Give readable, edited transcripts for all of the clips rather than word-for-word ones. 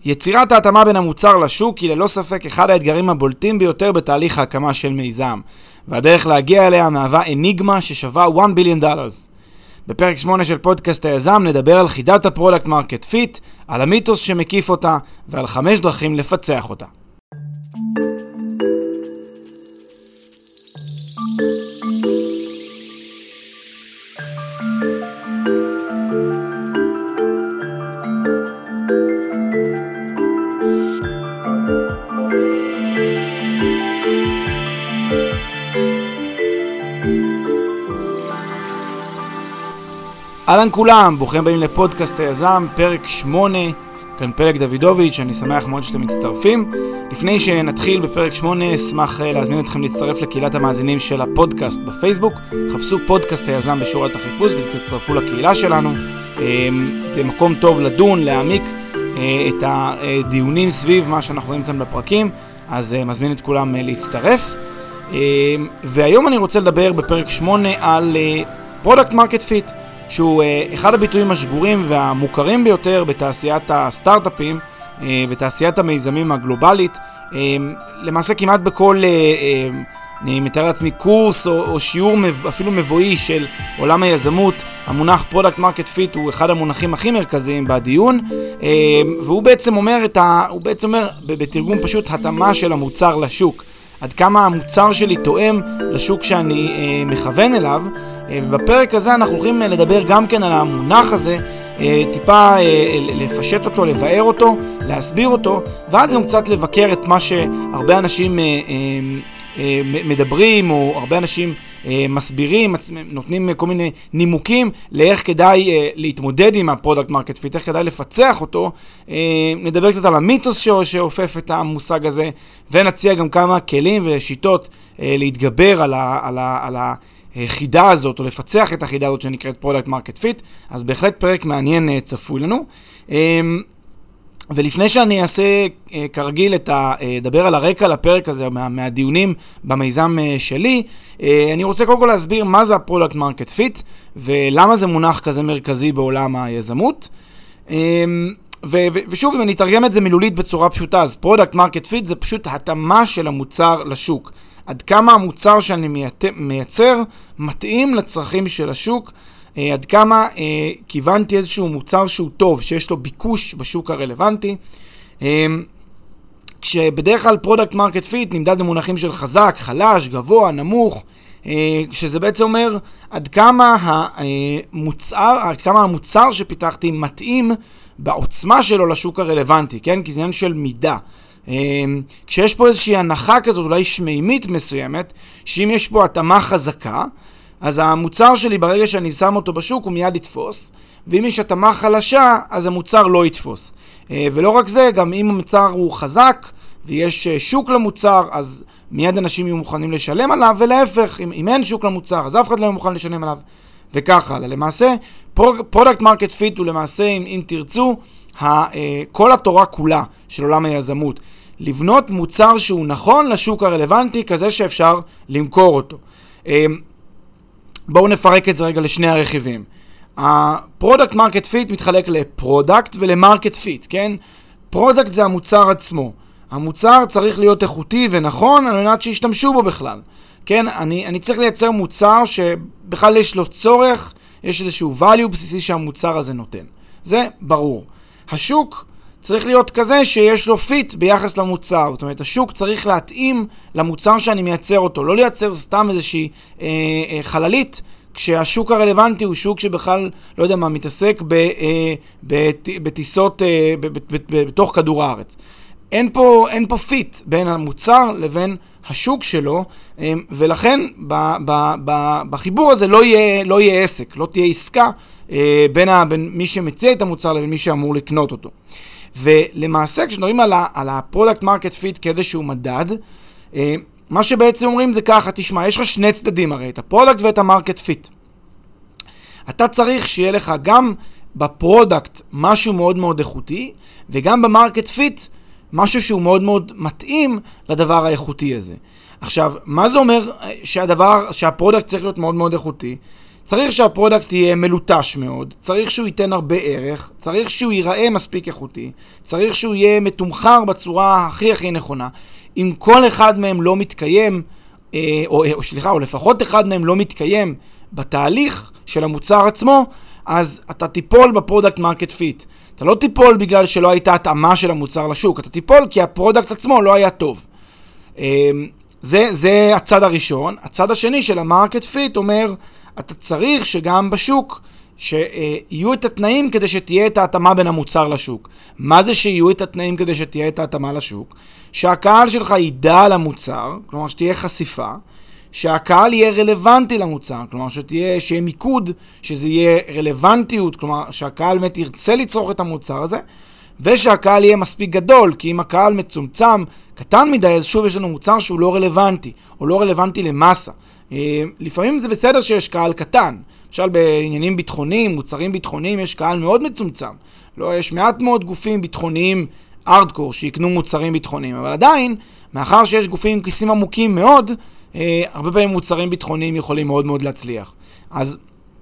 יצירת ההתאמה בין המוצר לשוק היא ללא ספק אחד האתגרים הבולטים ביותר בתהליך ההקמה של מיזם, והדרך להגיע אליה מהווה אניגמה ששווה $1 ביליון. בפרק 8 של פודקאסט היזם נדבר על חידת הפרודקט מרקט פיט, על המיתוס שמקיף אותה ועל 5 דרכים לפצח אותה. אהלן כולם, ברוכים הבאים לפודקאסט היזם, פרק 8, כאן פלג דוידוביץ', אני שמח מאוד שאתם מצטרפים. לפני שנתחיל בפרק 8, אשמח להזמין אתכם להצטרף לקהילת המאזינים של הפודקאסט בפייסבוק. חפשו פודקאסט היזם בשורת החיפוש ותצטרפו לקהילה שלנו. זה מקום טוב לדון, להעמיק את הדיונים סביב מה שאנחנו רואים כאן בפרקים, אז מזמין את כולם להצטרף. והיום אני רוצה לדבר בפרק 8 על פרודקט מרקט פיט, שהוא אחד הביטויים השגורים והמוכרים ביותר בתעשיית הסטארט-אפים ותעשיית המיזמים הגלובלית. למעשה כמעט בכל, אני מתאר לעצמי, קורס או שיעור אפילו מבואי של עולם היזמות, המונח פרודקט מרקט פיט הוא אחד המונחים הכי מרכזיים בדיון, והוא בעצם אומר, בתרגום פשוט, התאמה של המוצר לשוק. עד כמה המוצר שלי תואם לשוק שאני מכוון אליו. ובפרק הזה אנחנו הולכים לדבר גם כן על המונח הזה, טיפה לפשט אותו, לבאר אותו, להסביר אותו, ואז גם קצת לבקר את מה שהרבה אנשים מדברים, או הרבה אנשים מסבירים, נותנים כל מיני נימוקים לאיך כדאי להתמודד עם הפרודקט מרקט פיט, איך כדאי לפצח אותו. נדבר קצת על המיתוס שאופף את המושג הזה, ונציע גם כמה כלים ושיטות להתגבר על החידה הזאת, או לפצח את החידה הזאת שנקראת פרודקט מרקט פיט. אז בהחלט פרק מעניין צפוי לנו. ולפני שאני אעשה כרגיל אדבר על הרקע לפרק הזה, מהדיונים במיזם שלי, אני רוצה קודם כל להסביר מה זה הפרודקט מרקט פיט, ולמה זה מונח כזה מרכזי בעולם היזמות. ושוב, אם אני אתרגם את זה מילולית בצורה פשוטה, אז פרודקט מרקט פיט זה פשוט התאמה של המוצר לשוק. עד כמה המוצר שאני מייצר מתאים לצרכים של השוק, עד כמה כיוונתי איזשהו מוצר שהוא טוב, שיש לו ביקוש בשוק הרלוונטי. כשבדרך כלל פרודקט מרקט פיט נמדד במונחים של חזק, חלש, גבוה, נמוך, שזה בעצם אומר עד כמה המוצר שפיתחתי מתאים בעוצמה שלו לשוק הרלוונטי, כן? כי זה עניין של מידה. כשיש פה איזושהי הנחה כזאת, אולי שמימית מסוימת, שאם יש פה התאמה חזקה, אז המוצר שלי ברגע שאני שם אותו בשוק הוא מיד יתפוס, ואם יש התאמה חלשה, אז המוצר לא יתפוס. ולא רק זה, גם אם המוצר הוא חזק ויש שוק למוצר, אז מיד אנשים יהיו מוכנים לשלם עליו, ולהפך, אם אין שוק למוצר, אז אף אחד לא מוכן לשלם עליו, וככה. למעשה, פרודקט מרקט פיט הוא למעשה, אם תרצו, כל התורה כולה של עולם היזמות. לבנות מוצר שהוא נכון לשוק הרלוונטי, כזה שאפשר למכור אותו. בואו נפרק את זה רגע לשני הרכיבים. הפרודקט מרקט פיט מתחלק לפרודקט ולמרקט פיט, כן? פרודקט זה המוצר עצמו. המוצר צריך להיות איכותי ונכון על מנת שישתמשו בו בכלל. כן? אני צריך לייצר מוצר שבכלל יש לו צורך, יש איזשהו value בסיסי שהמוצר הזה נותן. זה ברור. השוק צריך להיות כזה שיש לו פיט ביחס למוצר. זאת אומרת, השוק צריך להתאים למוצר שאני מייצר אותו. לא לייצר סתם איזושהי חללית, כשהשוק הרלוונטי הוא שוק שבכלל, לא יודע מה, מתעסק בטיסות בתוך כדור הארץ. אין פה פיט בין המוצר לבין השוק שלו, ולכן בחיבור הזה לא יהיה עסק, לא תהיה עסקה בין מי שמציע את המוצר לבין מי שאמור לקנות אותו. ולמעשה כשנדברים על הפרודקט מרקט פיט כאיזשהו מדד, מה שבעצם אומרים זה ככה, תשמע, יש לך שני צדדים הרי, את הפרודקט ואת המרקט פיט. אתה צריך שיהיה לך גם בפרודקט משהו מאוד מאוד איכותי, וגם במרקט פיט משהו שהוא מאוד מאוד מתאים לדבר האיכותי הזה. עכשיו, מה זה אומר שהפרודקט צריך להיות מאוד מאוד איכותי? צריך שהפרודקט יהיה מלוטש מאוד, צריך שהוא ייתן הרבה ערך, צריך שהוא ייראה מספיק איכותי, צריך שהוא יהיה מתומחר בצורה הכי נכונה. אם כל אחד מהם לא מתקיים, או לפחות אחד מהם לא מתקיים בתהליך של המוצר עצמו, אז אתה תיפול בפרודקט מרקט פיט. אתה לא תיפול בגלל שלא הייתה התאמה של המוצר לשוק, אתה תיפול כי הפרודקט עצמו לא היה טוב. זה הצד הראשון. הצד השני של המרקט פיט אומר, אתה צריך שגם בשוק שיהיו את התנאים כדי שתהיה את ההתאמה בין המוצר לשוק. מה זה שיהיו את התנאים כדי שתהיה את ההתאמה לשוק? שהקהל שלך ידע על המוצר, כלומר שתהיה חשיפה, שהקהל יהיה רלוונטי למוצר, כלומר שיהיה מיקוד, שזה יהיה רלוונטיות, כלומר שהקהל באמת ירצה לצרוך את המוצר הזה, ושהקהל יהיה מספיק גדול, כי אם הקהל מצומצם, קטן מדי, אז שוב יש לנו מוצר שהוא לא רלוונטי, או לא רלוונטי למסה. לפעמים זה בסדר שיש קהל קטן, למשל בעניינים ביטחוניים, מוצרים ביטחוניים, יש קהל מאוד מצומצם. לא, יש מעט מאוד גופים ביטחוניים ארדקור שיקנו מוצרים ביטחוניים, אבל עדיין, מאחר שיש גופים עם כיסים עמוקים מאוד, הרבה פעמים מוצרים ביטחוניים יכולים מאוד מאוד להצליח. אז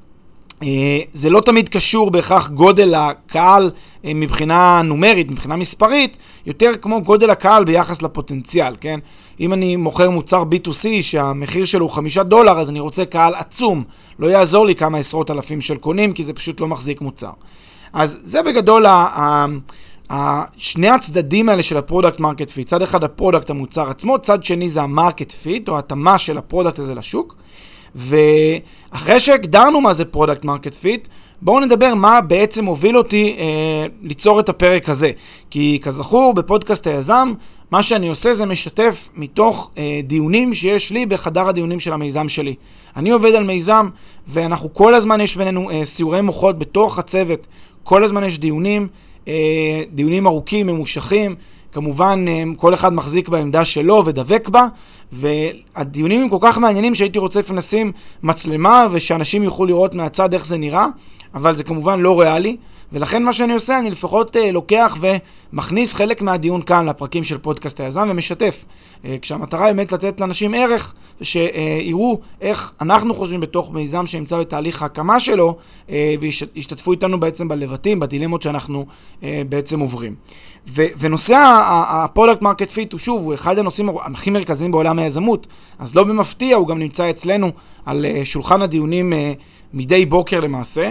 זה לא תמיד קשור בהכרח גודל הקהל מבחינה נומרית, מבחינה מספרית, יותר כמו גודל הקהל ביחס לפוטנציאל, כן? אם אני מוכר מוצר B2C שהמחיר שלו הוא $5, אז אני רוצה קהל עצום. לא יעזור לי כמה עשרות אלפים של קונים, כי זה פשוט לא מחזיק מוצר. אז זה בגדול שני הצדדים האלה של הפרודקט מרקט פיט. צד אחד הפרודקט המוצר עצמו, צד שני זה המרקט פיט, או התאמה של הפרודקט הזה לשוק. ואחרי שהגדרנו מה זה פרודקט מרקט פיט, בואו נדבר מה בעצם הוביל אותי ליצור את הפרק הזה. כי כזכור בפודקאסט היזם, מה שאני עושה זה משתף מתוך דיונים שיש לי בחדר הדיונים של המיזם שלי. אני עובד על מיזם, ואנחנו כל הזמן יש בינינו סיורי מוחות בתוך הצוות, כל הזמן יש דיונים ארוכים, ממושכים, כמובן כל אחד מחזיק בעמדה שלו ודבק בה, והדיונים הם כל כך מעניינים שהייתי רוצה לשים מצלמה ושאנשים יוכלו לראות מהצד איך זה נראה, אבל זה כמובן לא ריאלי, ולכן מה שאני עושה, אני לפחות לוקח ומכניס חלק מהדיון כאן לפרקים של פודקאסט היזם ומשתף, כשהמטרה באמת לתת לאנשים ערך, שיראו איך אנחנו חושבים בתוך מיזם שנמצא בתהליך ההקמה שלו, וישתתפו איתנו בעצם בלבטים, בדילמות שאנחנו בעצם עוברים. ונושא הפרודקט מרקט פיט הוא שוב, הוא אחד הנושאים הכי מרכזיים בעולם היזמות, אז לא במפתיע, הוא גם נמצא אצלנו על שולחן הדיונים מדי בוקר למעשה,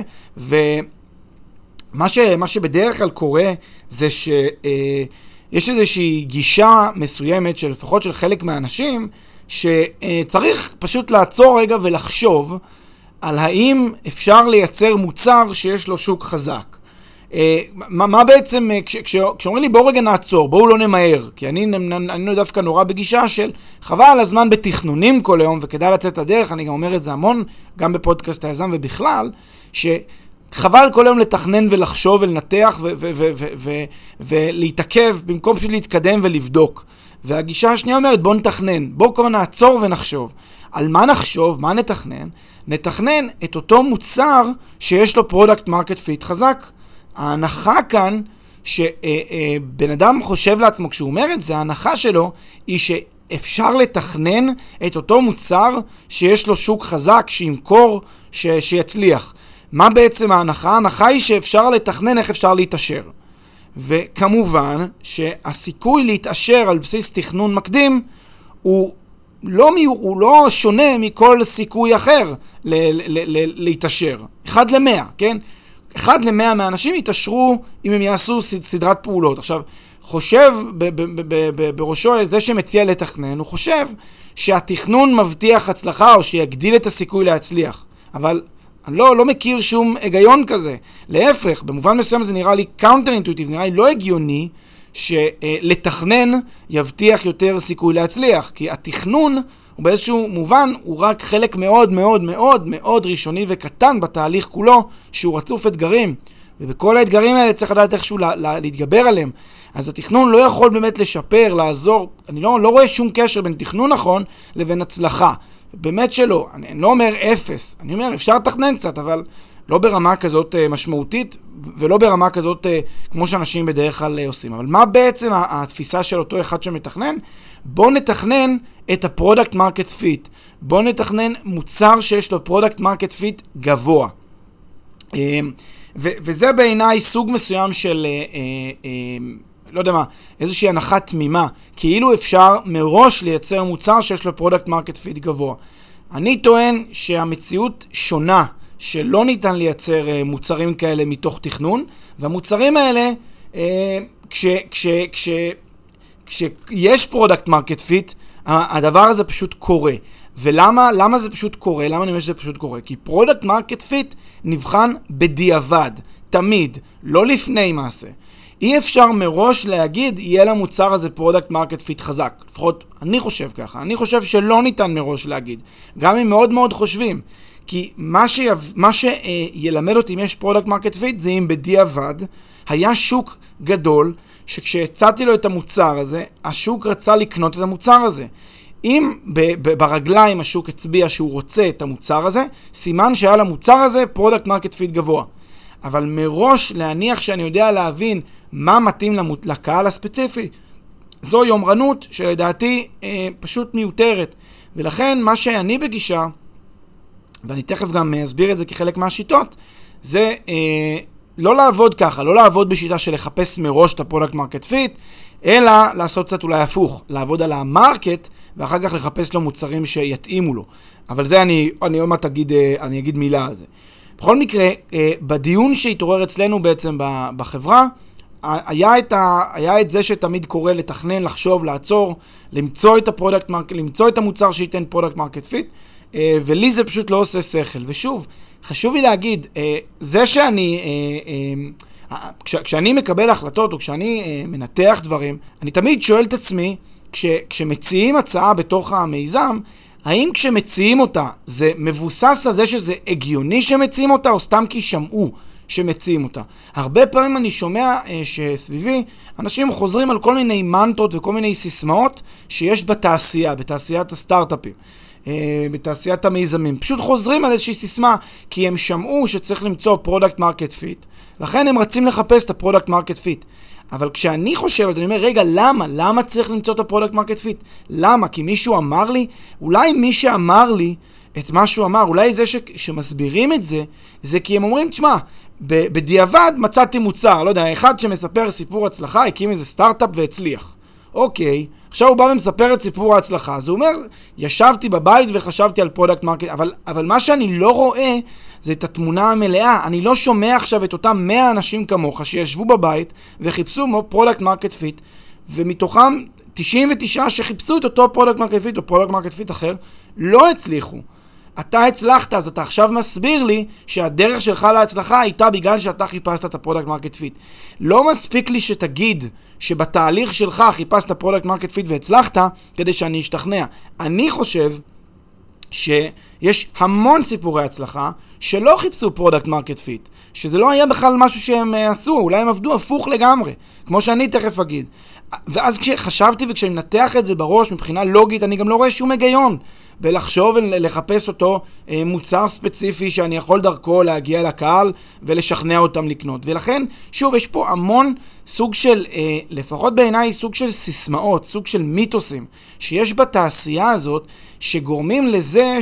מה שבדרך כלל קורה זה שיש איזושהי גישה מסוימת לפחות של חלק מהאנשים שצריך פשוט לעצור רגע ולחשוב על האם אפשר לייצר מוצר שיש לו שוק חזק. מה בעצם, כשאומרים לי בואו רגע נעצור, בואו לא נמהר, כי אני דווקא נורא בגישה של חבל על הזמן בתכנונים כל היום, וכדאי לצאת לדרך, אני גם אומר את זה המון, גם בפודקאסט היזם ובכלל, שחבל כל היום לתכנן ולחשוב ולנתח ולהתעכב, במקום פשוט להתקדם ולבדוק. והגישה השנייה אומרת בואו נתכנן, בואו כבר נעצור ונחשוב. על מה נחשוב, מה נתכנן? נתכנן את אותו מוצר שיש לו פרודקט מרקט פיט חזק. ההנחה כאן שבן אדם חושב לעצמו כשהוא אומר את זה, ההנחה שלו היא שאפשר לתכנן את אותו מוצר שיש לו שוק חזק, שימכור, שיצליח. מה בעצם ההנחה? ההנחה היא שאפשר לתכנן איך אפשר להתאשר. וכמובן שהסיכוי להתאשר על בסיס תכנון מקדים הוא לא שונה מכל סיכוי אחר להתאשר. 1 ל-100, כן? 1 ל-100 מהאנשים יתאשרו אם הם יעשו סדרת פעולות. עכשיו, חושב בראשו זה שמציע לתכנן, הוא חושב שהתכנון מבטיח הצלחה או שיגדיל את הסיכוי להצליח. אבל אני לא מכיר שום היגיון כזה. להפך, במובן מסוים זה נראה לי קאונטר אינטואיטיב, זה נראה לי לא הגיוני שלתכנן יבטיח יותר סיכוי להצליח. כי התכנון הוא באיזשהו מובן, הוא רק חלק מאוד מאוד מאוד מאוד ראשוני וקטן בתהליך כולו, שהוא רצוף אתגרים. ובכל האתגרים האלה צריך לדעת איכשהו להתגבר עליהם. אז התכנון לא יכול באמת לשפר, לעזור. אני לא רואה שום קשר בין תכנון נכון לבין הצלחה. באמת שלא. אני לא אומר 0. אני אומר אפשר לתכנן קצת, אבל לא ברמה כזאת משמעותית, ולא ברמה כזאת כמו שאנשים בדרך כלל עושים. אבל מה בעצם התפיסה של אותו אחד שמתכנן? בוא נתכנן את הפרודקט מרקט פיט. בוא נתכנן מוצר שיש לו פרודקט מרקט פיט גבוה. וזה בעיניי סוג מסוים של, לא יודע מה, איזושהי הנחת תמימה, כאילו אפשר מראש לייצר מוצר שיש לו פרודקט מרקט פיט גבוה. אני טוען שהמציאות שונה, שלא ניתן לייצר מוצרים כאלה מתוך תכנון, והמוצרים האלה, כשיש פרודקט מרקט פיט, הדבר הזה פשוט קורה. ולמה זה פשוט קורה? למה אני אומר שזה פשוט קורה? כי פרודקט מרקט פיט נבחן בדיעבד, תמיד, לא לפני מעשה. אי אפשר מראש להגיד, יהיה למוצר הזה פרודקט מרקט פיט חזק. לפחות אני חושב ככה. אני חושב שלא ניתן מראש להגיד. גם אם מאוד מאוד חושבים. כי מה שילמד אותי אם יש פרודקט מרקט פיט, זה אם בדיעבד היה שוק גדול, שכשהצעתי לו את המוצר הזה, השוק רצה לקנות את המוצר הזה. אם ברגליים השוק הצביע שהוא רוצה את המוצר הזה, סימן שהיה למוצר הזה פרודקט מרקט פיט גבוה. אבל מראש להניח שאני יודע להבין מה מתאים לקהל הספציפי, זו יומרנות שלדעתי פשוט מיותרת. ולכן מה שאני בגישה, ואני תכף גם אסביר את זה כחלק מהשיטות, זה לא לעבוד ככה, לא לעבוד בשיטה של לחפש מראש את הפרודקט מרקט פיט, אלא לעשות קצת אולי הפוך, לעבוד על המרקט, ואחר כך לחפש לו מוצרים שיתאימו לו. אבל זה אני עוד מעט אגיד מילה על זה. בכל מקרה, בדיון שהתעורר אצלנו בעצם בחברה, היה את זה שתמיד קורה לתכנן, לחשוב, לעצור, למצוא את הפרודקט מרקט, למצוא את המוצר שייתן פרודקט מרקט פיט, ולי זה פשוט לא עושה שכל. ושוב, חשוב לי להגיד, זה כשאני מקבל החלטות או כשאני מנתח דברים, אני תמיד שואל את עצמי, כשמציעים הצעה בתוך המיזם, האם כשמציעים אותה זה מבוסס על זה שזה הגיוני שמציעים אותה או סתם כי שמעו שמציעים אותה? הרבה פעמים אני שומע שסביבי אנשים חוזרים על כל מיני מנטרות וכל מיני סיסמאות שיש בתעשיית הסטארט-אפים. בתעשיית המיזמים. פשוט חוזרים על איזושהי סיסמה, כי הם שמעו שצריך למצוא פרודקט מרקט פיט, לכן הם רצים לחפש את הפרודקט מרקט פיט. אבל כשאני חושב על זה, אני אומר, רגע, למה צריך למצוא את הפרודקט מרקט פיט? למה? כי מישהו אמר לי? אולי מי שאמר לי את מה שהוא אמר, אולי זה שמסבירים את זה, זה כי הם אומרים, תשמע, בדיעבד מצאתי מוצר, לא יודע, אחד שמספר סיפור הצלחה, הקים איזה סטארט-אפ והצליח. אוקיי, עכשיו הוא בא ומספר את סיפור ההצלחה, אז הוא אומר, ישבתי בבית וחשבתי על פרודקט מרקט, אבל מה שאני לא רואה זה את התמונה המלאה. אני לא שומע עכשיו את אותם 100 אנשים כמוך שישבו בבית וחיפשו פרודקט מרקט פיט, ומתוכם 99 שחיפשו את אותו פרודקט מרקט פיט או פרודקט מרקט פיט אחר, לא הצליחו. אתה הצלחת, אז אתה עכשיו מסביר לי שהדרך שלך להצלחה הייתה בגלל שאתה חיפשת את הפרודקט מרקט פיט. לא מספיק לי שתגיד שבתהליך שלך חיפשת פרודקט מרקט פיט והצלחת כדי שאני אשתכנע. אני חושב שיש המון סיפורי הצלחה שלא חיפשו פרודקט מרקט פיט, שזה לא היה בכלל משהו שהם עשו, אולי הם עבדו הפוך לגמרי, כמו שאני תכף אגיד. ואז כשחשבתי וכשאני מנתח את זה בראש מבחינה לוגית, אני גם לא רואה שום היגיון בלחשוב ולחפש אותו מוצר ספציפי שאני יכול דרכו להגיע לקהל ולשכנע אותם לקנות. ולכן, שוב, יש פה המון סוג של, לפחות בעיניי, סוג של סיסמאות, סוג של מיתוסים, שיש בתעשייה הזאת, שגורמים לזה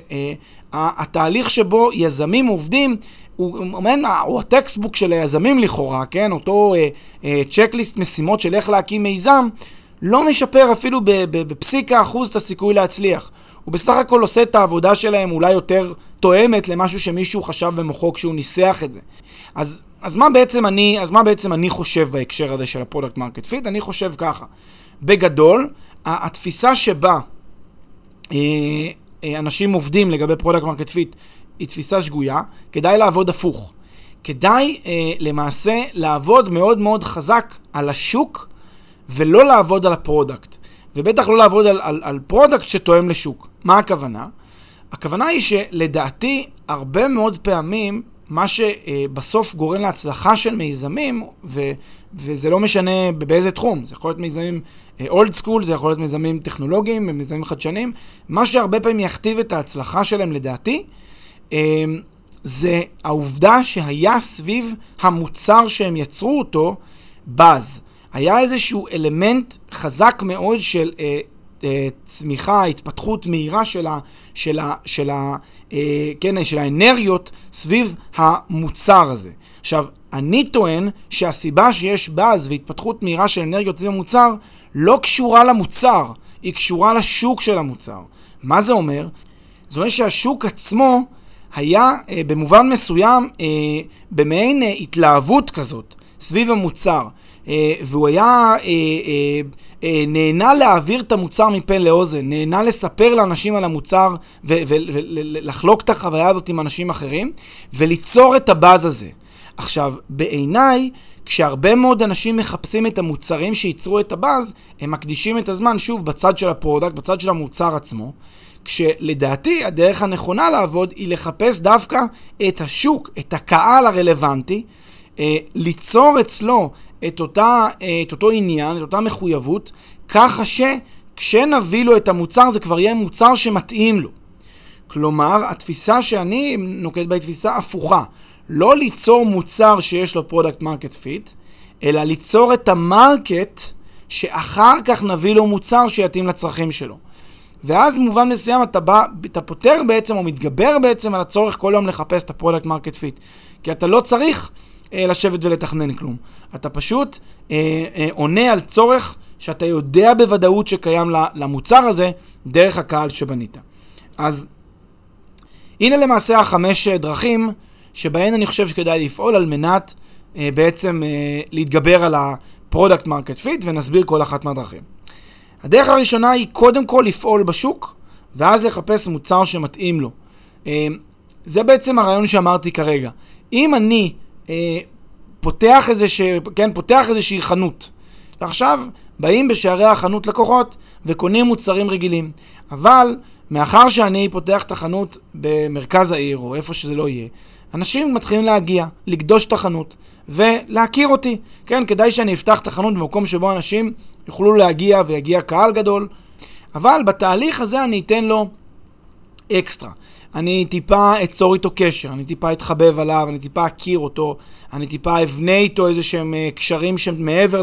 שהתהליך שבו יזמים עובדים, הוא הטקסטבוק של היזמים לכאורה, כן? אותו צ'קליסט משימות של איך להקים מיזם, לא משפר אפילו בפסיקה אחוז את הסיכוי להצליח. הוא בסך הכל עושה את העבודה שלהם אולי יותר תואמת למשהו שמישהו חשב במוחו כשהוא ניסח את זה. אז מה בעצם אני חושב בהקשר הזה של הפרודקט מרקט פיט? אני חושב ככה. בגדול, התפיסה שבה אנשים עובדים לגבי פרודקט מרקט פיט היא תפיסה שגויה. כדאי לעבוד הפוך. כדאי למעשה לעבוד מאוד מאוד חזק על השוק ולא לעבוד על הפרודקט. ובטח לא לעבוד על פרודקט שתואם לשוק. מה הכוונה? הכוונה היא שלדעתי הרבה מאוד פעמים מה שבסוף גורם להצלחה של מיזמים, וזה לא משנה באיזה תחום, זה יכול להיות מיזמים אולד סקול, זה יכול להיות מיזמים טכנולוגיים, מיזמים חדשניים, מה שהרבה פעמים יכתיב את ההצלחה שלהם לדעתי, זה העובדה שהיה סביב המוצר שהם יצרו אותו באז. היה איזשהו אלמנט חזק מאוד של צמיחה, התפתחות מהירה של האנרגיות סביב המוצר הזה. עכשיו, אני טוען שהסיבה שיש באז והתפתחות מהירה של אנרגיות סביב המוצר לא קשורה למוצר, היא קשורה לשוק של המוצר. מה זה אומר? זה אומר שהשוק עצמו היה במובן מסוים במעין התלהבות כזאת סביב המוצר, והוא היה נהנה להעביר את המוצר מפה לאוזן, נהנה לספר לאנשים על המוצר ולחלוק את החוויה הזאת עם אנשים אחרים וליצור את הבאז הזה. עכשיו, בעיניי, כשהרבה מאוד אנשים מחפשים את המוצרים שייצרו את הבאז, הם מקדישים את הזמן שוב בצד של הפרודקט, בצד של המוצר עצמו, כשלדעתי הדרך הנכונה לעבוד היא לחפש דווקא את השוק, את הקהל הרלוונטי, ליצור אצלו את אותו עניין, את אותה מחויבות, ככה שכשנביא לו את המוצר זה כבר יהיה מוצר שמתאים לו. כלומר, התפיסה שאני נוקט בה היא תפיסה הפוכה. לא ליצור מוצר שיש לו פרודקט מרקט פיט, אלא ליצור את המרקט שאחר כך נביא לו מוצר שיתאים לצרכים שלו. ואז במובן מסוים אתה פותר בעצם או מתגבר בעצם על הצורך כל יום לחפש את הפרודקט מרקט פיט. כי אתה לא צריך לשבת ולתכנן כלום. אתה פשוט עונה על צורך שאתה יודע בוודאות שקיים למוצר הזה דרך הקהל שבנית. אז הנה למעשה 5 דרכים שבהן אני חושב שכדאי לפעול על מנת בעצם להתגבר על הפרודקט מרקט פיט, ונסביר כל אחת מהדרכים. הדרך הראשונה היא קודם כל לפעול בשוק, ואז לחפש מוצר שמתאים לו. זה בעצם הרעיון שאמרתי כרגע. אם אני פותח איזושהי חנות, ועכשיו באים בשערי החנות לקוחות וקונים מוצרים רגילים, אבל מאחר שאני פותח את החנות במרכז העיר או איפה שזה לא יהיה, אנשים מתחילים להגיע, לקדוש את החנות ולהכיר אותי. כן, כדאי שאני אפתח את החנות במקום שבו אנשים יוכלו להגיע ויגיע קהל גדול, אבל בתהליך הזה אני אתן לו אקסטרה. אני טיפה אצור איתו קשר, אני טיפה אתחבב עליו, אני טיפה אכיר אותו, אני טיפה אבנה איתו איזה שהם קשרים שהם מעבר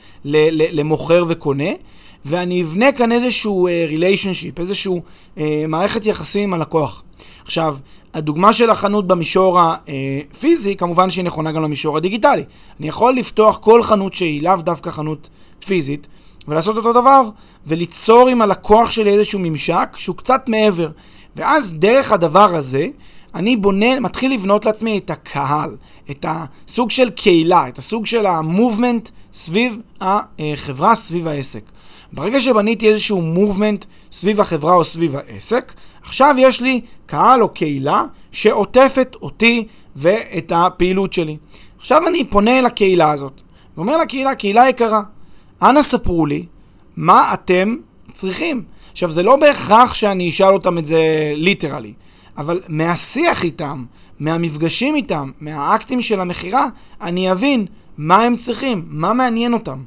למוכר וקונה, ואני אבנה כאן איזשהו relationship, איזשהו מערכת יחסים עם הלקוח. עכשיו, הדוגמה של החנות במישור הפיזי, כמובן שהיא נכונה גם למישור הדיגיטלי. אני יכול לפתוח כל חנות שהיא לאו דווקא חנות פיזית, ולעשות אותו דבר, וליצור עם הלקוח שלי איזשהו ממשק שהוא קצת מעבר. ואז דרך הדבר הזה, אני מתחיל לבנות לעצמי את הקהל, את הסוג של קהילה, את הסוג של המובמנט סביב החברה, סביב העסק. ברגע שבניתי איזשהו מובמנט סביב החברה או סביב העסק, עכשיו יש לי קהל או קהילה שעוטפת אותי ואת הפעילות שלי. עכשיו אני פונה לקהילה הזאת, ואומר לקהילה, קהילה יקרה, אנא ספרו לי מה אתם צריכים. עכשיו זה לא בהכרח שאני אשאל אותם את זה ליטרלי, אבל מהשיח איתם, מהמפגשים איתם, מהאקטים של המחירה, אני אבין מה הם צריכים, מה מעניין אותם.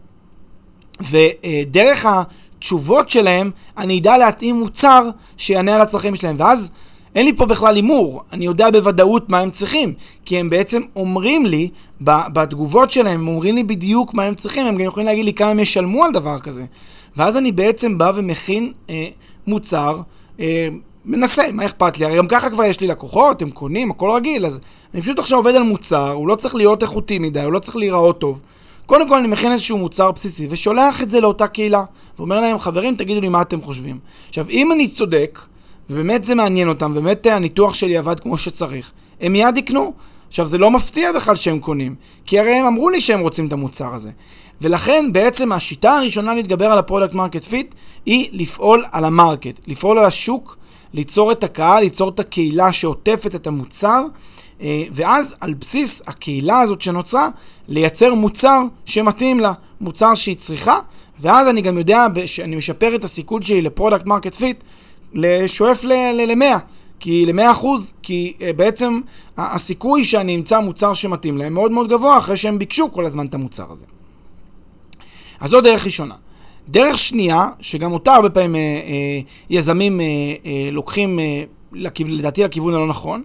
ודרך התשובות שלהם אני אדע להתאים מוצר שיענה על הצרכים שלהם, ואז אין לי פה בכלל אימור, אני יודע בוודאות מה הם צריכים, כי הם בעצם אומרים לי, בתגובות שלהם, הם אומרים לי בדיוק מה הם צריכים, הם גם יכולים להגיד לי כמה הם ישלמו על דבר כזה, ואז אני בעצם בא ומכין מוצר, מנסה, מה אכפת לי? הרי גם ככה כבר יש לי לקוחות, הם קונים, הכל רגיל, אז אני פשוט עכשיו עובד על מוצר, הוא לא צריך להיות איכותי מדי, הוא לא צריך להיראות טוב. קודם כל אני מכין איזשהו מוצר בסיסי ושולח את זה לאותה קהילה, ואומר להם, חברים, תגידו לי מה אתם חושבים. עכשיו, אם אני צודק, ובאמת זה מעניין אותם, ובאמת הניתוח שלי עבד כמו שצריך, הם מיד יקנו. עכשיו, זה לא מפתיע בכלל שהם קונים, כי הרי הם אמרו לי שהם רוצים את המוצר הזה. ולכן בעצם השיטה הראשונה להתגבר על הפרודקט מרקט פיט היא לפעול על המרקט, לפעול על השוק, ליצור את הקהל, ליצור את הקהילה שעוטפת את המוצר, ואז על בסיס הקהילה הזאת שנוצרה, לייצר מוצר שמתאים לה, מוצר שהיא צריכה, ואז אני גם יודע שאני משפר את הסיכוי שלי לפרודקט מרקט פיט, לשואף ל-100, כי ל-100%, כי בעצם הסיכוי שאני אמצא מוצר שמתאים להם מאוד מאוד גבוה, אחרי שהם ביקשו כל הזמן את המוצר הזה. אז זו דרך ראשונה. דרך שנייה, שגם אותה הרבה פעמים יזמים לוקחים לדעתי לכיוון הלא נכון,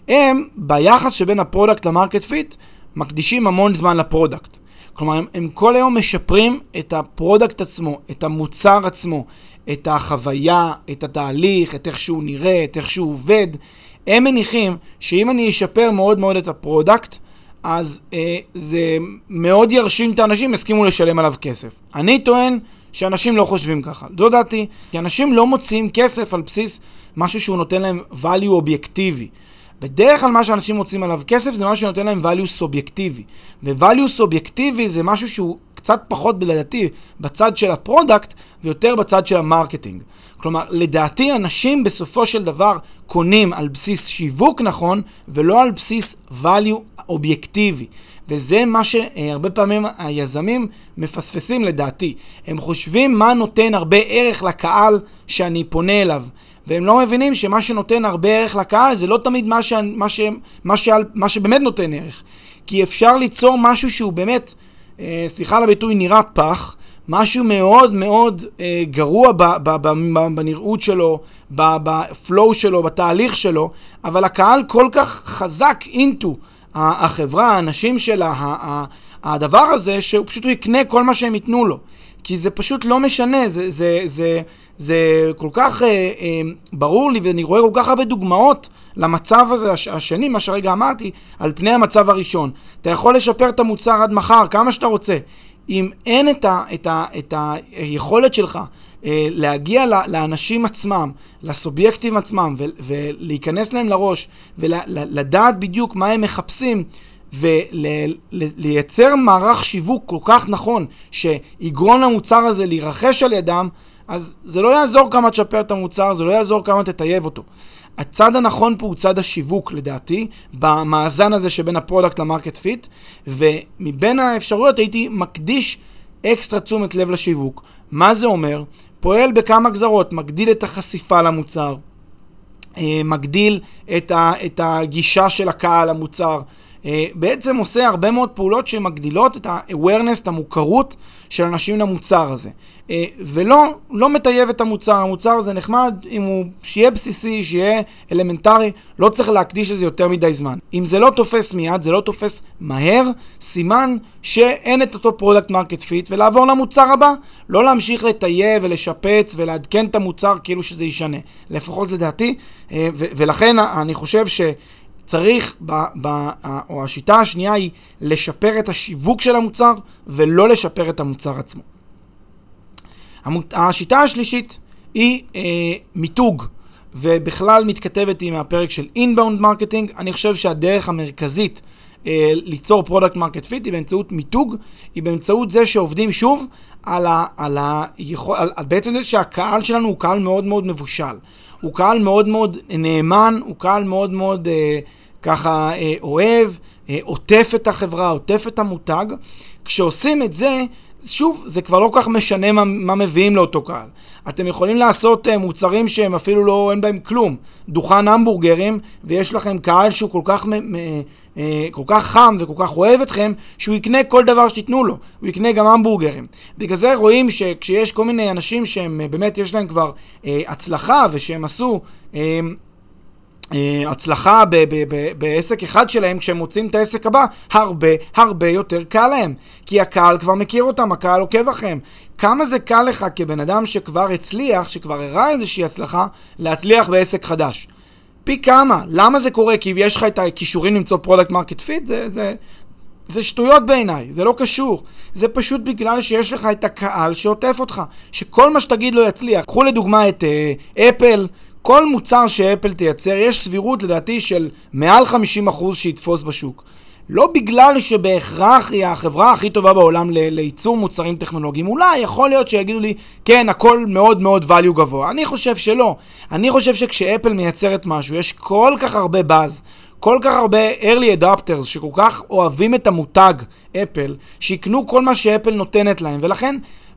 הם ביחס שבין הפרודקט למרקט פיט מקדישים המון זמן לפרודקט. כלומר, הם כל היום משפרים את הפרודקט עצמו, את המוצר עצמו, את החוויה, את התהליך, את איך שהוא נראה, את איך שהוא עובד. הם מניחים שאם אני אשפר מאוד מאוד את הפרודקט, אז זה מאוד ירשים את האנשים, הסכימו לשלם עליו כסף. אני טוען שאנשים לא חושבים ככה. זו דעתי, כי אנשים לא מוצאים כסף על בסיס משהו שהוא נותן להם value אובייקטיבי. בדרך כלל מה שאנשים מוצאים עליו כסף זה משהו שנותן להם value סובייקטיבי. ו-value סובייקטיבי זה משהו שהוא קצת פחות לדעתי בצד של הפרודקט ויותר בצד של המרקטינג. כלומר, לדעתי אנשים בסופו של דבר קונים על בסיס שיווק נכון ולא על בסיס value אובייקטיבי. וזה מה שהרבה פעמים היזמים מפספסים לדעתי. הם חושבים מה נותן הרבה ערך לקהל שאני פונה אליו. והם לא מבינים שמה שנותן הרבה ערך לקהל זה לא תמיד מה שבאמת נותן ערך. כי אפשר ליצור משהו שהוא באמת, סליחה על הביטוי, נראה פח, משהו מאוד מאוד גרוע בנראות שלו, בפלואו שלו, בתהליך שלו, אבל הקהל כל כך חזק into החברה, האנשים שלה, הדבר הזה שהוא פשוט יקנה כל מה שהם ייתנו לו. כי זה פשוט לא משנה, זה כל כך ברור לי, ואני רואה כל כך הרבה דוגמאות למצב הזה השני, מה שהרגע אמרתי, על פני המצב הראשון. אתה יכול לשפר את המוצר עד מחר, כמה שאתה רוצה. אם אין את היכולת שלך להגיע לאנשים עצמם, לסובייקטים עצמם, ולהיכנס להם לראש, ולדעת בדיוק מה הם מחפשים, ולייצר מערך שיווק כל כך נכון, שיגרום למוצר הזה להירכש על ידם, אז זה לא יעזור כמה תשפר את המוצר, זה לא יעזור כמה תטייב אותו. הצד הנכון פה הוא צד השיווק לדעתי, במאזן הזה שבין הפרודקט למרקט פיט, ומבין האפשרויות הייתי מקדיש אקסטרה תשומת לב לשיווק. מה זה אומר? פועל בכמה גזרות, מגדיל את החשיפה למוצר, מגדיל את הגישה של הקהל למוצר, בעצם עושה הרבה מאוד פעולות שמגדילות את ה-awareness, את המוכרות של אנשים למוצר הזה. ולא מטייב את המוצר. המוצר הזה נחמד, אם הוא שיהיה בסיסי, שיהיה אלמנטרי, לא צריך להקדיש לזה יותר מדי זמן. אם זה לא תופס מיד, זה לא תופס מהר, סימן שאין את אותו פרודקט מרקט פיט, ולעבור למוצר הבא, לא להמשיך לטייב ולשפץ ולעדכן את המוצר כאילו שזה ישנה. לפחות לדעתי, ולכן אני חושב צריך, או השיטה השנייה היא לשפר את השיווק של המוצר ולא לשפר את המוצר עצמו. השיטה השלישית היא מיתוג, ובכלל מתכתבת עם הפרק של inbound marketing. אני חושב שהדרך המרכזית ליצור product market fit היא באמצעות מיתוג, היא באמצעות זה שעובדים שוב על בעצם זה שהקהל שלנו הוא קהל מאוד מאוד מבושל, הוא קהל מאוד מאוד נאמן, הוא קהל מאוד מאוד ככה אוהב, עוטף את החברה, עוטף את המותג. כשעושים את זה, שוב, זה כבר לא כל כך משנה מה מביאים לאותו קהל. אתם יכולים לעשות מוצרים שהם אפילו לא, אין בהם כלום. דוכן המבורגרים, ויש לכם קהל שהוא כל כך חם וכל כך אוהב אתכם, שהוא יקנה כל דבר שתיתנו לו. הוא יקנה גם המבורגרים. בגלל זה רואים שכשיש כל מיני אנשים שהם באמת יש להם כבר הצלחה, ושהם עשו הצלחה בעסק אחד שלהם, כשהם מוצאים את העסק הבא, הרבה יותר קל להם. כי הקהל כבר מכיר אותם, הקהל עוקב אחריהם. כמה זה קל לך כבן אדם שכבר הצליח, שכבר הראה איזושהי הצלחה, להצליח בעסק חדש? פי כמה. למה זה קורה? כי יש לך את הכישורים למצוא פרודקט מרקט פיט? זה שטויות בעיניי, זה לא קשור. זה פשוט בגלל שיש לך את הקהל שעוטף אותך, שכל מה שתגיד לא יצליח. קחו לדוגמה את אפל, כל מוצר שאפל תייצר, יש סבירות לדעתי של מעל 50% שיתפוס בשוק. לא בגלל שבהכרח היא החברה הכי טובה בעולם לייצור מוצרים טכנולוגיים. אולי יכול להיות שיגידו לי, כן, הכל מאוד מאוד value גבוה. אני חושב שלא. אני חושב שכשאפל מייצרת משהו, יש כל כך הרבה באז, כל כך הרבה early adopters שכל כך אוהבים את המותג אפל, שיקנו כל מה שאפל נותנת להם. ולכן,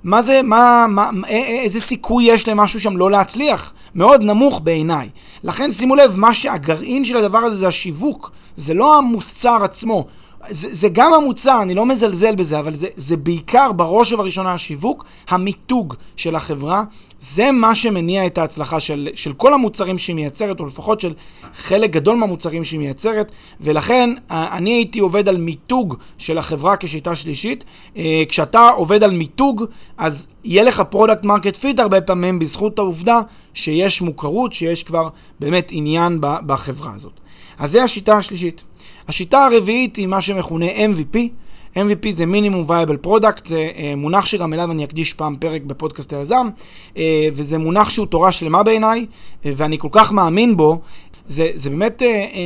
איזה סיכוי יש למשהו שם לא להצליח? מאוד נמוך בעיניי. לכן שימו לב, הגרעין של הדבר הזה זה השיווק, זה לא המוצר עצמו. זה גם המוצר, אני לא מזלזל בזה, אבל זה בעיקר בראש ובראשונה השיווק, המיתוג של החברה, זה מה שמניע את ההצלחה של כל המוצרים שהיא מייצרת, או לפחות של חלק גדול מהמוצרים שהיא מייצרת, ולכן אני הייתי עובד על מיתוג של החברה כשיטה שלישית. כשאתה עובד על מיתוג, אז יהיה לך פרודקט מרקט פיט הרבה פעמים בזכות העובדה שיש מוכרות, שיש כבר באמת עניין בחברה הזאת. אז זה השיטה השלישית. השיטה הרביעית היא מה שמכונה MVP. MVP זה Minimum Viable Product, זה מונח שגם אליו אני אקדיש פעם פרק בפודקאסט היזם, וזה מונח שהוא תורה שלמה בעיניי, ואני כל כך מאמין בו. זה באמת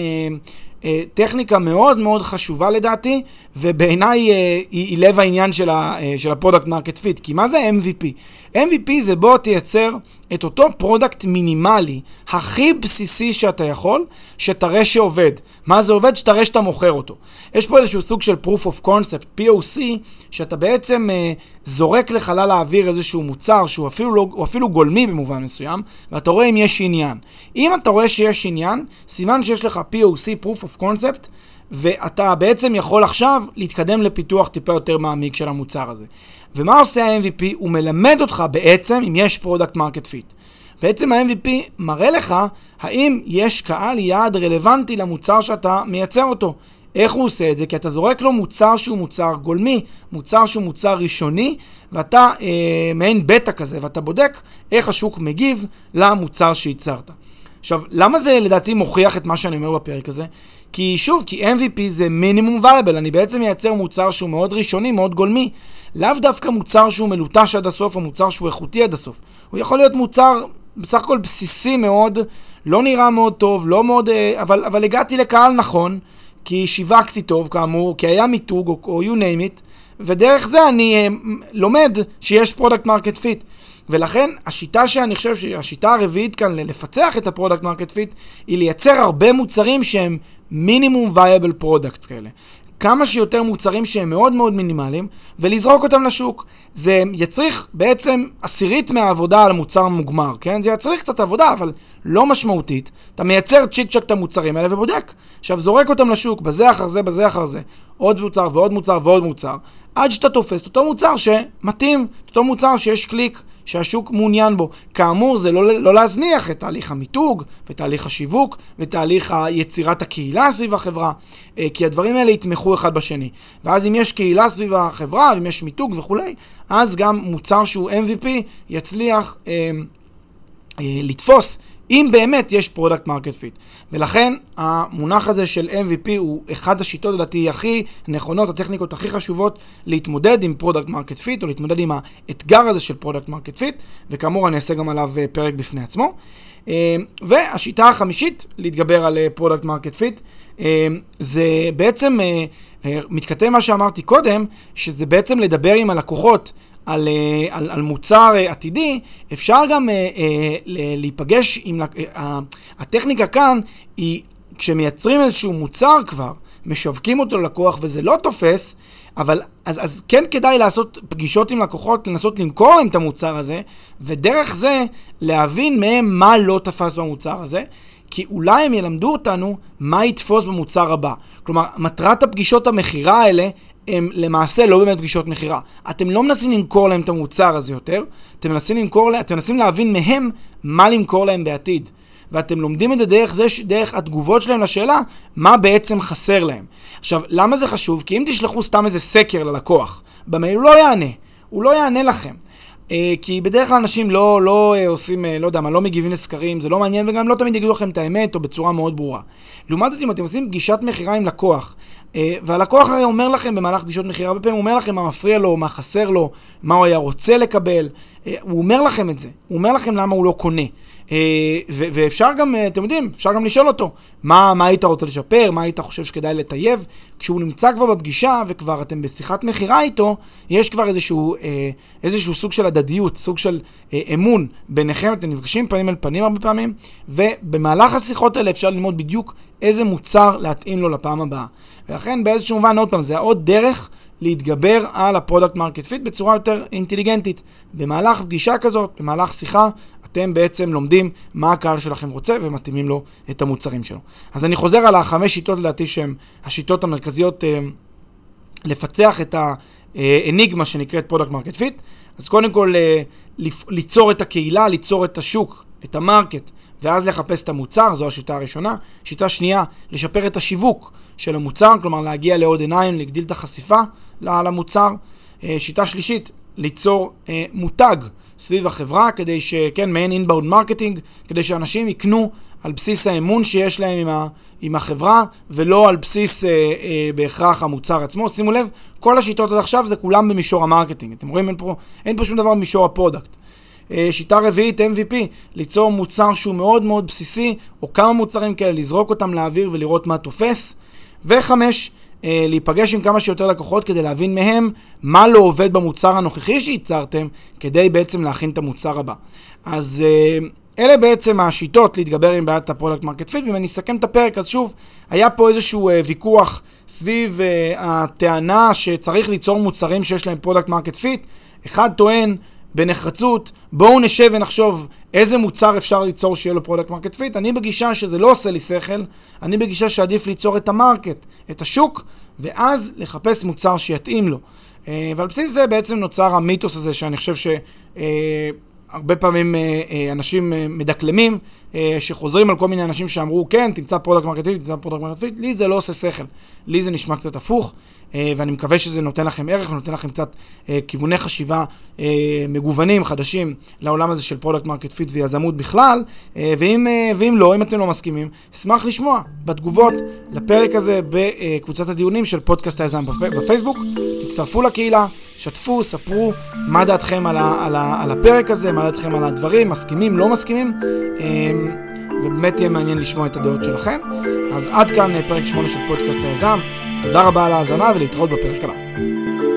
טכניקה מאוד מאוד חשובה לדעתי, ובעיניי היא לב העניין של הפרודקט מרקט פיט. כי מה זה MVP? MVP זה בוא תייצר את אותו פרודקט מינימלי, הכי בסיסי שאתה יכול, שתראה שעובד. מה זה עובד? שתראה שאתה מוכר אותו. יש פה איזשהו סוג של Proof of Concept, POC, שאתה בעצם זורק לחלל האוויר איזשהו מוצר, שהוא אפילו גולמי במובן מסוים, ואתה רואה אם יש עניין. אם אתה רואה שיש עניין, סימן שיש לך POC, Proof of Concept, ואתה בעצם יכול עכשיו להתקדם לפיתוח טיפה יותר מעמיק של המוצר הזה. ומה עושה ה-MVP? הוא מלמד אותך בעצם אם יש פרודקט מרקט פיט. בעצם ה-MVP מראה לך האם יש קהל יעד רלוונטי למוצר שאתה מייצר אותו. איך הוא עושה את זה? כי אתה זורק לו מוצר שהוא מוצר גולמי, מוצר שהוא מוצר ראשוני, ואתה מעין בטא כזה, ואתה בודק איך השוק מגיב למוצר שייצרת. עכשיו, למה זה לדעתי מוכיח את מה שאני אומר בפרק הזה? כי שוב, כי MVP זה Minimum Viable, אני בעצם מייצר מוצר שהוא מאוד ראשוני, מאוד גולמי, לאו דווקא מוצר שהוא מלוטש עד הסוף, או מוצר שהוא איכותי עד הסוף. הוא יכול להיות מוצר בסך הכל בסיסי מאוד, לא נראה מאוד טוב, לא מאוד, אבל הגעתי לקהל נכון, כי שיווקתי טוב כאמור, כי היה מיתוג, או you name it, ודרך זה אני לומד שיש פרודקט מרקט פיט. ולכן השיטה שאני חושב שהשיטה הרביעית כאן לפצח את הפרודקט מרקט פיט, היא לייצר הרבה מוצרים שהם מינימום וייבל פרודקטס כאלה. כמה שיותר מוצרים שהם מאוד מאוד מינימליים, ולזרוק אותם לשוק. זה יצריך בעצם 10% מהעבודה על מוצר מוגמר, כן? זה יצריך קצת עבודה, אבל לא משמעותית. אתה מייצר צ'יק צ'ק את המוצרים האלה ובודק. עכשיו זורק אותם לשוק, בזה אחר זה, בזה אחר זה. עוד מוצר ועוד מוצר ועוד מוצר. עד שאתה תופס אותו מוצר שמתאים, אותו מוצר שיש קליק, שהשוק מעוניין בו. כאמור, זה לא להזניח את תהליך המיתוג, ותהליך השיווק, ותהליך יצירת הקהילה סביב החברה, כי הדברים האלה יתמכו אחד בשני. ואז אם יש קהילה סביב החברה, אם יש מיתוג וכולי, אז גם מוצר שהוא MVP יצליח לתפוס, אם באמת יש פרודקט מרקט פיט. ולכן המונח הזה של MVP הוא אחד השיטות לדעתי הכי נכונות, הטכניקות הכי חשובות להתמודד עם פרודקט מרקט פיט, או להתמודד עם האתגר הזה של פרודקט מרקט פיט, וכאמור אני אעשה גם עליו פרק בפני עצמו. והשיטה החמישית להתגבר על פרודקט מרקט פיט, זה בעצם מתכתב מה שאמרתי קודם, שזה בעצם לדבר עם הלקוחות על מוצר עתידי. אפשר גם להיפגש עם הטכניקה כאן היא כשמייצרים איזשהו מוצר כבר, משווקים אותו ללקוח וזה לא תופס, אבל אז כן כדאי לעשות פגישות עם לקוחות, לנסות למכור להם את המוצר הזה, ודרך זה להבין מהם מה לא תפס במוצר הזה, כי אולי הם ילמדו אותנו מה יתפוס במוצר הבא. כלומר, מטרת הפגישות המחירה האלה הם למעשה לא באמת פגישות מחירה. אתם לא מנסים למכור להם את המוצר הזה יותר, אתם מנסים להבין מהם מה למכור להם בעתיד. ואתם לומדים את זה דרך התגובות שלהם לשאלה, מה בעצם חסר להם. עכשיו, למה זה חשוב? כי אם תשלחו סתם איזה סקר ללקוח, במייל הוא לא יענה לכם. כי בדרך כלל אנשים לא עושים, לא יודע מה, לא מגיבים לסקרים, זה לא מעניין, וגם לא תמיד יגידו לכם את האמת, או בצורה מאוד ברורה. לעומת זאת, אם אתם עושים פגישת מחירה עם לקוח, והלקוח הרי אומר לכם במהלך פגישות מחירה, הרבה פעמים הוא אומר לכם מה מפריע לו, מה חסר לו, מה הוא היה רוצה לקבל, הוא אומר לכם את זה, הוא אומר לכם למה הוא לא קונה. ואפשר גם, אתם יודעים, אפשר גם לשאול אותו, מה היית רוצה לשפר, מה היית חושב שכדאי לטייב. כשהוא נמצא כבר בפגישה וכבר אתם בשיחת מחירה איתו, יש כבר איזשהו סוג של הדדיות, סוג של אמון ביניכם, אתם נפגשים פנים אל פנים הרבה פעמים, ובמהלך השיחות האלה אפשר ללמוד בדיוק איזה מוצר להתאים לו לפעם הבאה. ולכן באיזשהו מובן, עוד פעם, זה עוד דרך להתגבר על הפרודקט מרקט פיט בצורה יותר אינטליגנטית. במהלך פגישה כזאת, במהלך שיחה, אתם בעצם לומדים מה הקהל שלכם רוצה ומתאימים לו את המוצרים שלו. אז אני חוזר על 5 שיטות לדעתי שהן השיטות המרכזיות לפצח את האניגמה שנקראת פרודקט מרקט פיט. אז קודם כל ליצור את הקהילה, ליצור את השוק, את המרקט, ואז לחפש את המוצר, זו השיטה הראשונה. שיטה שנייה, לשפר את השיווק של המוצר, כלומר להגיע לעוד עיניים, להגדיל את החשיפה למוצר. שיטה שלישית, ליצור מותג סביב החברה, כדי שכן, מעין אינבאונד מרקטינג, כדי שאנשים יקנו על בסיס האמון שיש להם עם החברה, ולא על בסיס בהכרח המוצר עצמו. שימו לב, כל השיטות עד עכשיו זה כולם במישור המרקטינג. אתם רואים, אין פה שום דבר במישור הפרודקט. שיטה רביעית, MVP, ליצור מוצר שהוא מאוד מאוד בסיסי, או כמה מוצרים כאלה, לזרוק אותם לאוויר ולראות מה תופס. וחמש, להיפגש עם כמה שיותר לקוחות כדי להבין מהם מה לא עובד במוצר הנוכחי שייצרתם, כדי בעצם להכין את המוצר הבא. אז אלה בעצם השיטות להתגבר עם בעיית הפרודקט מרקט פיט. ואם אני אסכם את הפרק, אז שוב, היה פה איזשהו ויכוח סביב הטענה שצריך ליצור מוצרים שיש להם פרודקט מרקט פיט. אחד טוען בנחרצות, בואו נשב ונחשוב איזה מוצר אפשר ליצור שיהיה לו פרודקט מרקט פיט. אני בגישה שזה לא עושה לי שכל, אני בגישה שעדיף ליצור את המרקט, את השוק, ואז לחפש מוצר שיתאים לו. ועל בסיס זה בעצם נוצר המיתוס הזה, שאני חושב הרבה פעמים אנשים מדקלמים, שחוזרים על כל מיני אנשים שאמרו, כן, תמצא פרודקט מרקט פיט, תמצא פרודקט מרקט פיט. לי זה לא עושה שכל, לי זה נשמע קצת הפוך, ואני מקווה שזה נותן לכם ערך, ונותן לכם קצת כיווני חשיבה מגוונים, חדשים, לעולם הזה של פרודקט מרקט פיט ויזמות בכלל. ואם לא, אם אתם לא מסכימים, אשמח לשמוע בתגובות לפרק הזה בקבוצת הדיונים של פודקאסט היזם בפייסבוק. תצטרפו לקהילה, שתפו, ספרו מה דעתכם על הפרק הזה, מה דעתכם על הדברים, מסכימים, לא מסכימים, ובאמת יהיה מעניין לשמוע את הדעות שלכם. אז עד כאן פרק 8 של פודקאסט היזם. תודה רבה על ההאזנה ולהתראות בפרק הבא.